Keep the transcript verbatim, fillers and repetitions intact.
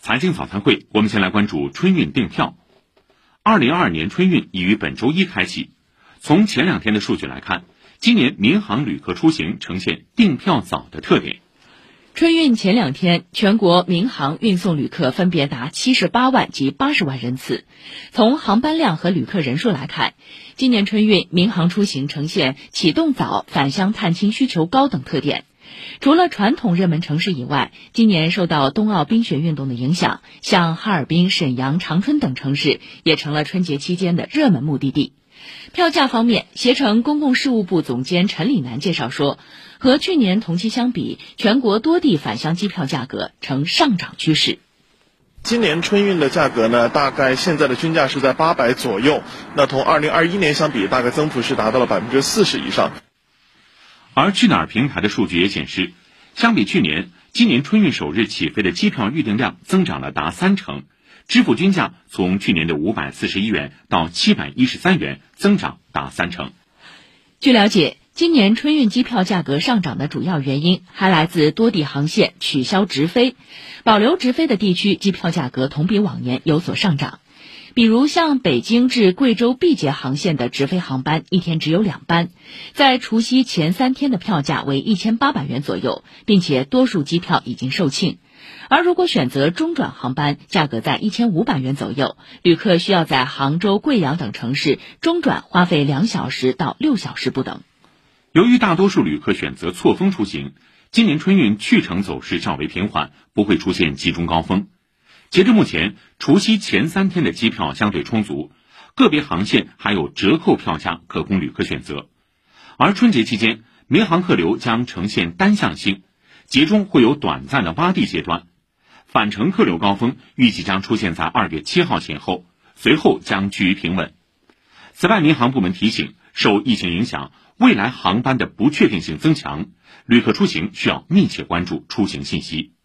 财经早餐会，我们先来关注春运订票。二零二二年春运已于本周一开启。从前两天的数据来看，今年民航旅客出行呈现订票早的特点。 春运前两天，全国民航运送旅客分别达七十八万及八十万人次。从航班量和旅客人数来看，今年春运民航出行呈现启动早、返乡探亲需求高等特点。除了传统热门城市以外，今年受到冬奥冰雪运动的影响，像哈尔滨、沈阳、长春等城市也成了春节期间的热门目的地。票价方面，携程公共事务部总监陈李楠介绍说，和去年同期相比，全国多地返乡机票价格呈上涨趋势。 今年春运的价格呢，大概现在的均价是在八百左右，那同二零二一年相比，大概增幅是达到了百分之四十以上。 而去哪儿平台的数据也显示，相比去年，今年春运首日起飞的机票预订量增长了达三成，支付均价从去年的五百四十一元到七百一十三元，增长达三成。 据了解，今年春运机票价格上涨的主要原因还来自多地航线取消直飞，保留直飞的地区机票价格同比往年有所上涨。比如像北京至贵州毕节航线的直飞航班一天只有两班，在除夕前三天的票价为一千八百元左右，并且多数机票已经售罄。而如果选择中转航班，价格在一千五百元左右，旅客需要在杭州、贵阳等城市中转花费两小时到六小时不等。 由于大多数旅客选择错峰出行，今年春运去程走势较为平缓，不会出现集中高峰。截至目前，除夕前三天的机票相对充足，个别航线还有折扣票价可供旅客选择。而春节期间，民航客流将呈现单向性，节中会有短暂的洼地阶段，返程客流高峰预计将出现在二月七号前后，随后将趋于平稳。此外，民航部门提醒，受疫情影响，未来航班的不确定性增强，旅客出行需要密切关注出行信息。